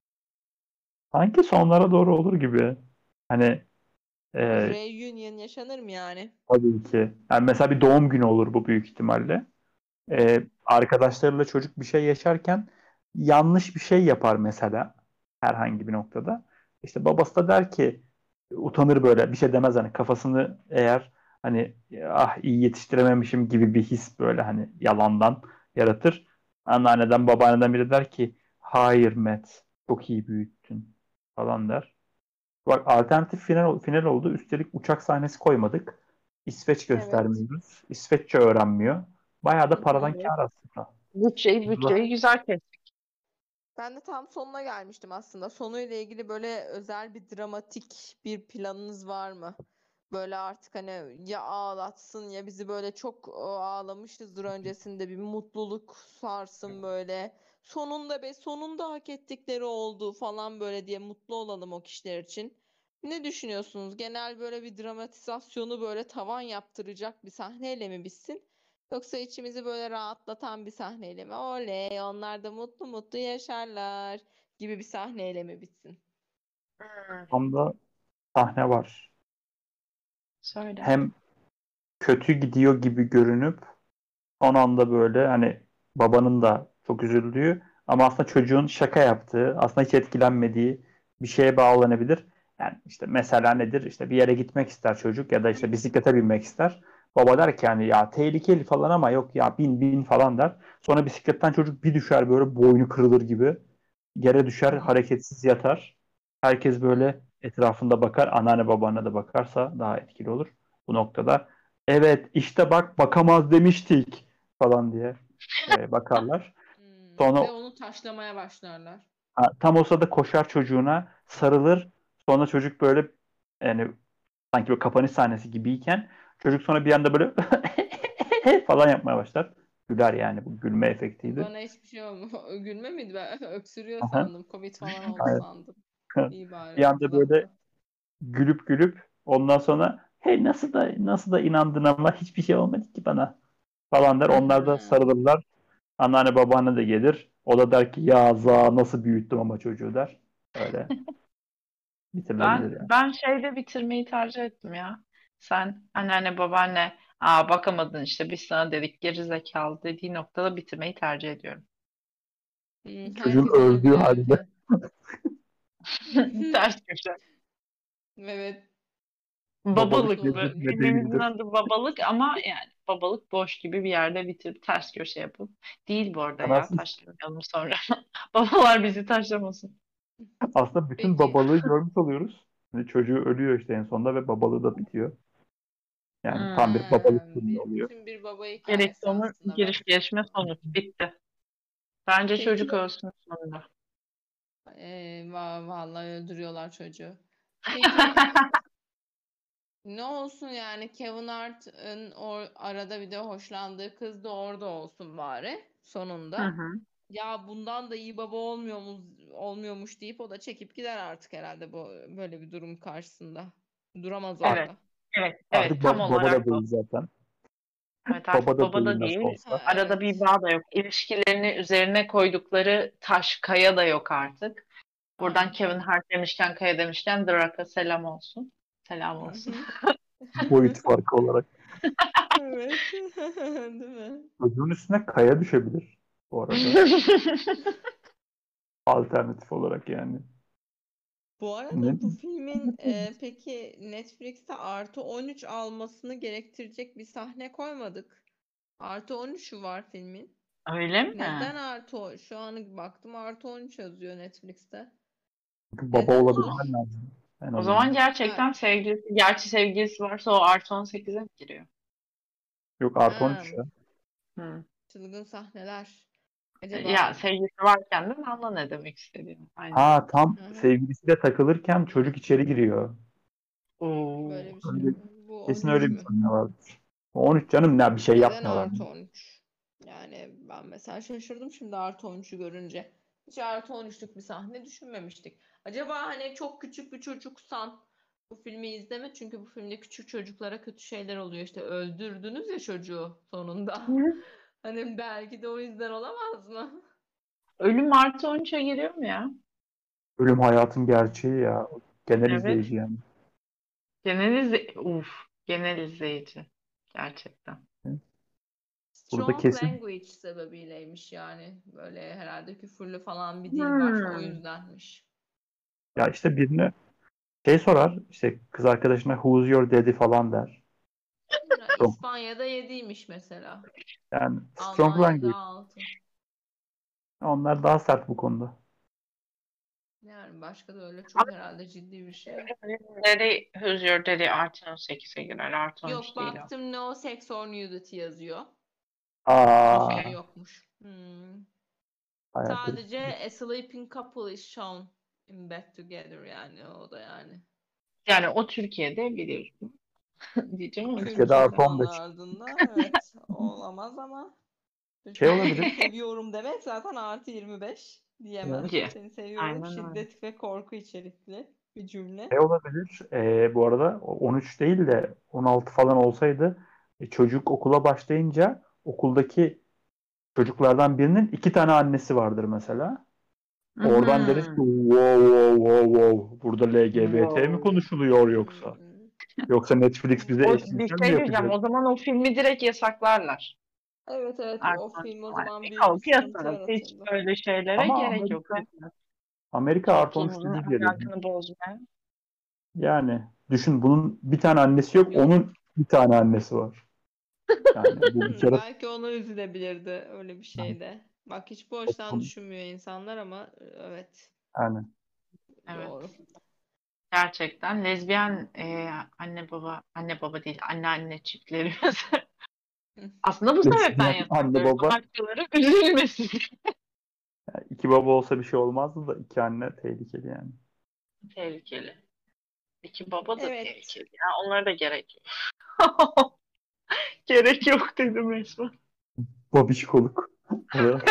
sanki sonlara doğru olur gibi. Hani
Bir
e,
reunion yaşanır mı yani?
tabii ki. Yani mesela bir doğum günü olur bu büyük ihtimalle.
Hı hı.
Ee, arkadaşlarıyla çocuk bir şey yaşarken yanlış bir şey yapar mesela herhangi bir noktada. İşte babası da der ki utanır böyle bir şey demez hani kafasını eğer hani ah iyi yetiştirememişim gibi bir his böyle hani yalandan yaratır. Anneanneden babaanneden biri der ki hayır Matt çok iyi büyüttün falan der. Bak alternatif final, final oldu. Üstelik uçak sahnesi koymadık. İsveç
Evet.
göstermiyoruz. İsveççe öğrenmiyor. Bayağı
Hı
da paradan
hı.
Evet.
kâr aslında.
Bütçeyi, bütçeyi güzel kes.
Ben de tam sonuna gelmiştim aslında. Sonuyla ilgili böyle özel bir dramatik bir planınız var mı? Böyle artık hani ya ağlatsın ya bizi böyle çok o, ağlamışızdır öncesinde bir mutluluk sarsın böyle. Sonunda be sonunda hak ettikleri oldu falan böyle diye mutlu olalım o kişiler için. Ne düşünüyorsunuz? Genel böyle bir dramatizasyonu böyle tavan yaptıracak bir sahneyle mi bitsin? Yoksa içimizi böyle rahatlatan bir sahneyle mi? Oley, onlar da mutlu mutlu yaşarlar gibi bir sahneyle mi bitsin?
Hmm.
Tam da sahne var.
Söyle.
Hem kötü gidiyor gibi görünüp son anda böyle hani babanın da çok üzüldüğü ama aslında çocuğun şaka yaptığı, aslında hiç etkilenmediği bir şeye bağlanabilir. Yani işte mesela nedir? İşte bir yere gitmek ister çocuk ya da işte bisiklete binmek ister. Baba der ki yani ya tehlikeli falan ama yok ya bin bin falan der. Sonra bisikletten çocuk bir düşer böyle boynu kırılır gibi. Yere düşer,
Hı hı.
hareketsiz yatar. Herkes böyle etrafında bakar. Anneanne babaanne de bakarsa daha etkili olur bu noktada. Evet işte bak bakamaz demiştik falan diye e, bakarlar.
Hmm,
Sonra
Ve onu taşlamaya başlarlar.
ha, tam o sırada koşar çocuğuna sarılır. Sonra çocuk böyle yani sanki böyle kapanış sahnesi gibiyken çocuk sonra bir anda böyle falan yapmaya başlar. Güler yani bu gülme efektiydi.
Bana hiçbir şey olmuyor. Gülme miydi? Ben öksürüyor
Aha.
sandım. Covid falan oldu
Aynen.
sandım. İyi
Bir
bari
anda böyle
atlattı.
gülüp gülüp ondan sonra hey nasıl da nasıl da inandın ama hiçbir şey olmadı ki bana falan der. Onlar da
Ha.
sarılırlar. Anneanne babaanne de gelir. O da der ki ya za nasıl büyüttüm ama çocuğu der. Öyle bitirilebilir
Ben
yani.
ben şeyde bitirmeyi tercih ettim ya. Sen anneanne babaanne aa bakamadın işte biz sana dedik geri zekalı dediği noktada bitirmeyi tercih ediyorum.
Hmm,
Çocuğun
herkes ona
öldüğü halde
gülerken.
Ters köşe.
Evet.
babalık
Babalık
Mutlu
bu.
nedir
oldu.
ne
Filmimizin
değildir.
adı babalık ama yani babalık boş gibi bir yerde bitirip ters köşe yapıp. Değil bu arada ya
Anasını
taşlamayalım sonra. Babalar bizi taşlamasın.
aslında bütün
Peki.
babalığı görmüş oluyoruz. Hani çocuğu ölüyor işte en sonunda ve babalığı da bitiyor. Yani tam
Hmm.
bir babalık
Ha,
filmi
bir,
oluyor.
bütün bir baba
Gerekli
hikayesi
onu
aslında
giriş gelişme
baktığında.
sonuç bitti. Bence çocuk
Peki.
ölsün sonunda.
Ee, va- vallahi öldürüyorlar çocuğu. Peki ne olsun yani Kevin Hart'ın o arada bir de hoşlandığı kız da orada olsun bari
Hı
sonunda.
hı.
Ya bundan da iyi baba olmuyormuş, olmuyormuş deyip o da çekip gider artık herhalde bu böyle bir durum karşısında. Duramaz
Evet.
orada.
Evet.
Artık
Evet. Tam
ba- baba da
olarak bu.
değil zaten.
Evet
Baba
artık
da
baba
değil
da
nasıl
değil.
Ha,
olsa.
Arada bir
evet.
bağ da yok. İlişkilerini üzerine koydukları taş, kaya da yok artık. Buradan
Aynen.
Kevin Hart demişken, kaya demişken The Rock'a selam olsun. Selam
Hı
olsun.
hı.
Boyut farkı olarak.
Evet. Değil mi?
Çocuğun üstüne kaya düşebilir bu arada. Alternatif olarak yani.
Bu arada
Ne?
bu filmin e, peki Netflix'te artı on üç almasını gerektirecek bir sahne koymadık. Artı on üçü var filmin.
Öyle mi?
Neden artı o? Şu an baktım artı on üç yazıyor Netflix'te.
Çünkü baba
Neden
olabilmen
olur?
lazım en
O zaman
azından.
gerçekten
Ha,
sevgilisi, gerçi sevgilisi varsa o artı on sekize mi giriyor?
Yok artı on üç
ha,
ya.
Hı.
çılgın sahneler.
Ya
Acaba
sevgilisi varken de anla ne demek istediğimi. Aynen.
Ha tam
hı hı,
sevgilisiyle takılırken çocuk içeri giriyor.
Oo.
böyle bir şey
Öyle,
mi? Bu
kesin
on üç
öyle bir
mü?
sahne vardır. on üç canım ne bir şey
Neden
yapmıyorlar.
artı on üç? Yani ben mesela şaşırdım şimdi artı on üçü görünce. Hiç artı on üçlük bir sahne düşünmemiştik. Acaba hani çok küçük bir çocuksan bu filmi izleme çünkü bu filmde küçük çocuklara kötü şeyler oluyor. İşte öldürdünüz ya çocuğu sonunda. Hani belki de o yüzden olamaz mı?
Ölüm artı on üçe giriyor mu ya?
Ölüm hayatın gerçeği ya. Genel
Evet.
izleyici yani.
Genel izle Uf, genel izleyici. Gerçekten.
Burada
Strong
kesin
language sebebiyleymiş yani. Böyle herhalde küfürlü falan bir dil var. O
Hmm.
yüzdenmiş.
ya işte birine şey sorar işte kız arkadaşına who's your daddy falan der.
Ya
Strong.
İspanya'da yediymiş mesela.
Yani strong
Almanya'da
language.
altı.
Onlar daha sert bu konuda.
Yani başka da öyle çok
Ama
herhalde ciddi bir şey yok.
Daddy, Who's Your Daddy artı on sekize girer. Artı on üç
Yok
değil o.
baktım no sex or nudity yazıyor. Bir şey
Aa,
yokmuş. Hmm.
hayal
Sadece
kırıklığı.
a sleeping couple is shown in bed together yani o da yani.
Yani o Türkiye'de biliyorsun. Diyeceğim ama
Türkiye'de
Türkiye
artı on beş.
zamanlardında evet olamaz ama
Şey
Türkiye'yi
olabilir.
seviyorum demek zaten artı yirmi beş diyemezsin.
ki.
Seni seviyorum
Aynen öyle.
şiddet ve korku içerikli bir cümle.
Şey olabilir. Ee, bu arada on üç değil de on altı falan olsaydı e, çocuk okula başlayınca okuldaki çocuklardan birinin iki tane annesi vardır mesela. Oradan deriz ki
Hmm.
wow wow wow wow burada L G B T mi
Wow.
konuşuluyor yoksa?
Hmm.
Yoksa Netflix bize
O, bir
eşcinsel mi
şey diyeceğim.
yapacak?
O zaman o filmi direkt yasaklarlar.
Evet evet o
Artık
film o
falan.
zaman büyük bir
Yok,
sıkıntı
yasak. Hiç
yaratırdı.
öyle şeylere
Ama
gerek yok.
Amerika
Lütfen.
Amerika artı on üç
Toplumumuzun
değil diye dedim.
ahlakını bozmaya.
Yani düşün bunun bir tane annesi yok,
Yok.
onun bir tane annesi var. Yani bu bir
Hmm,
kere
belki ona üzülebilirdi öyle bir şeyde. Bak hiç bu açıdan
toplum
düşünmüyor insanlar ama e, evet
yani
Evet.
doğru.
Gerçekten lezbiyen e, anne baba, anne baba değil, anne anne çiftlerimiz. Aslında bu sebepten
lezbiyen anne
yasaklıyoruz.
baba
Hakları üzülmesin.
yani iki baba olsa bir şey olmazdı da iki anne tehlikeli yani.
Tehlikeli. İki baba da
Evet.
tehlikeli. Ya onlara da gerek yok. Gerek yok dedim resmen.
Babişkoluk olarak.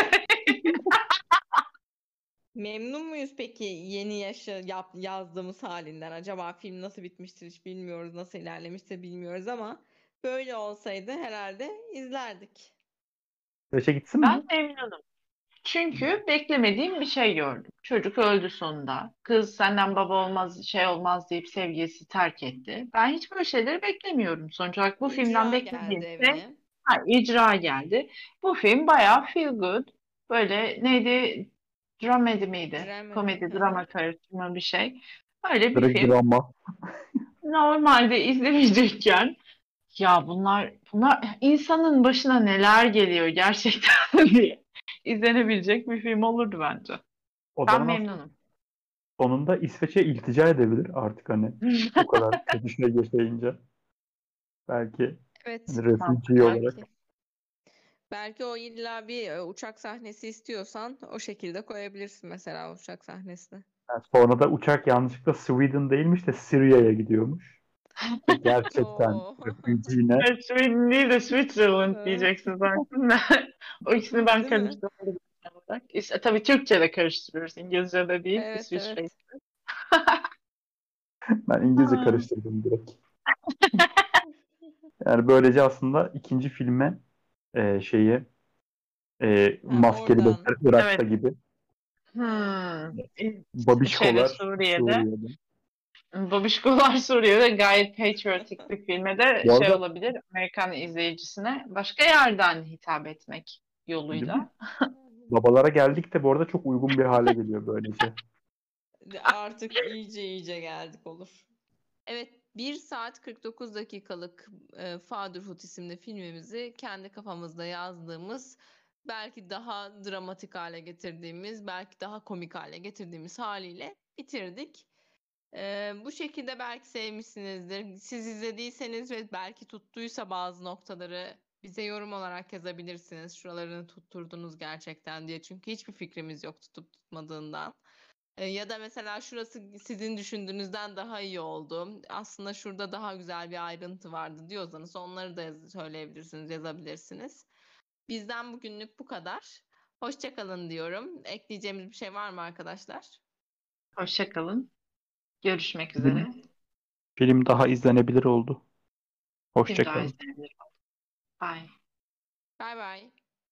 Memnun muyuz peki yeni yaşa yap, yazdığımız halinden? Acaba film nasıl bitmiştir hiç bilmiyoruz, nasıl ilerlemiştir bilmiyoruz ama böyle olsaydı herhalde izlerdik.
Beşe gitsin
Ben
mi?
memnunum. Çünkü beklemediğim bir şey gördüm. Çocuk öldü sonunda. Kız senden baba olmaz, şey olmaz deyip sevgilisi terk etti. Ben hiç böyle şeyleri beklemiyorum. Sonuç olarak bu filmden
İcra geldi
beklediğim şey
evine.
ha, icra geldi. Bu film bayağı feel good. Böyle neydi? Dramedy miydi?
Dramedy.
Komedi,
Hı hı.
drama karışımı bir şey. Öyle bir
Direkt
film.
drama.
Normalde izlemeyecekken ya bunlar bunlar insanın başına neler geliyor gerçekten diye izlenebilecek bir film olurdu bence.
O
Ben
zaman aslında
memnunum.
sonunda İsveç'e iltica edebilir artık hani bu kadar kötü şey yaşayınca. Belki
Evet,
hani refugee olarak.
belki. Belki o illa bir e, uçak sahnesi istiyorsan o şekilde koyabilirsin mesela uçak sahnesini.
Yani sonra da uçak yanlışlıkla Sweden değilmiş de Suriye'ye gidiyormuş. Ve gerçekten
Oo.
refugee'ine
Evet, Sweden değil de Switzerland
Hı.
diyeceksin zaten de. O ikisini ben
Değil mi?
karıştırmadım olarak. İşte, tabii Türkçe'de karıştırıyoruz. İngilizce'de değil.
Evet
İsviçre.
evet.
ben İngilizce
Ha.
karıştırdım direkt. Yani böylece aslında ikinci filme e, şeyi e,
Ha,
maskeli
oradan.
bekler Irak'ta
Evet.
gibi
Ha.
Hmm. Şeyde
babişkolar
Suriye'de.
Suriye'de.
Babişkolar Suriye'de gayet patriotik bir filme de
Bu
şey
arada
olabilir. Amerikan izleyicisine başka yerden hitap etmek
değil mi?
yoluyla.
Babalara geldik de bu arada çok uygun bir hale geliyor böylece.
Artık iyice iyice geldik olur. Evet, bir saat kırk dokuz dakikalık e, Fatherhood isimli filmimizi kendi kafamızda yazdığımız, belki daha dramatik hale getirdiğimiz, belki daha komik hale getirdiğimiz haliyle bitirdik. E, bu şekilde belki sevmişsinizdir. Siz izlediyseniz ve belki tuttuysa bazı noktaları bize yorum olarak yazabilirsiniz. Şuralarını tutturdunuz gerçekten diye. Çünkü hiçbir fikrimiz yok tutup tutmadığından. E, Ya da mesela şurası sizin düşündüğünüzden daha iyi oldu. Aslında şurada daha güzel bir ayrıntı vardı diyorsanız onları da yaz- söyleyebilirsiniz, yazabilirsiniz. Bizden bugünlük bu kadar. Hoşça kalın diyorum. Ekleyeceğimiz bir şey var mı arkadaşlar?
Hoşça kalın. Görüşmek üzere.
Film, film daha izlenebilir oldu.
Film
Hoşça
daha
kalın.
izlenebilir. Bye.
Bay bay.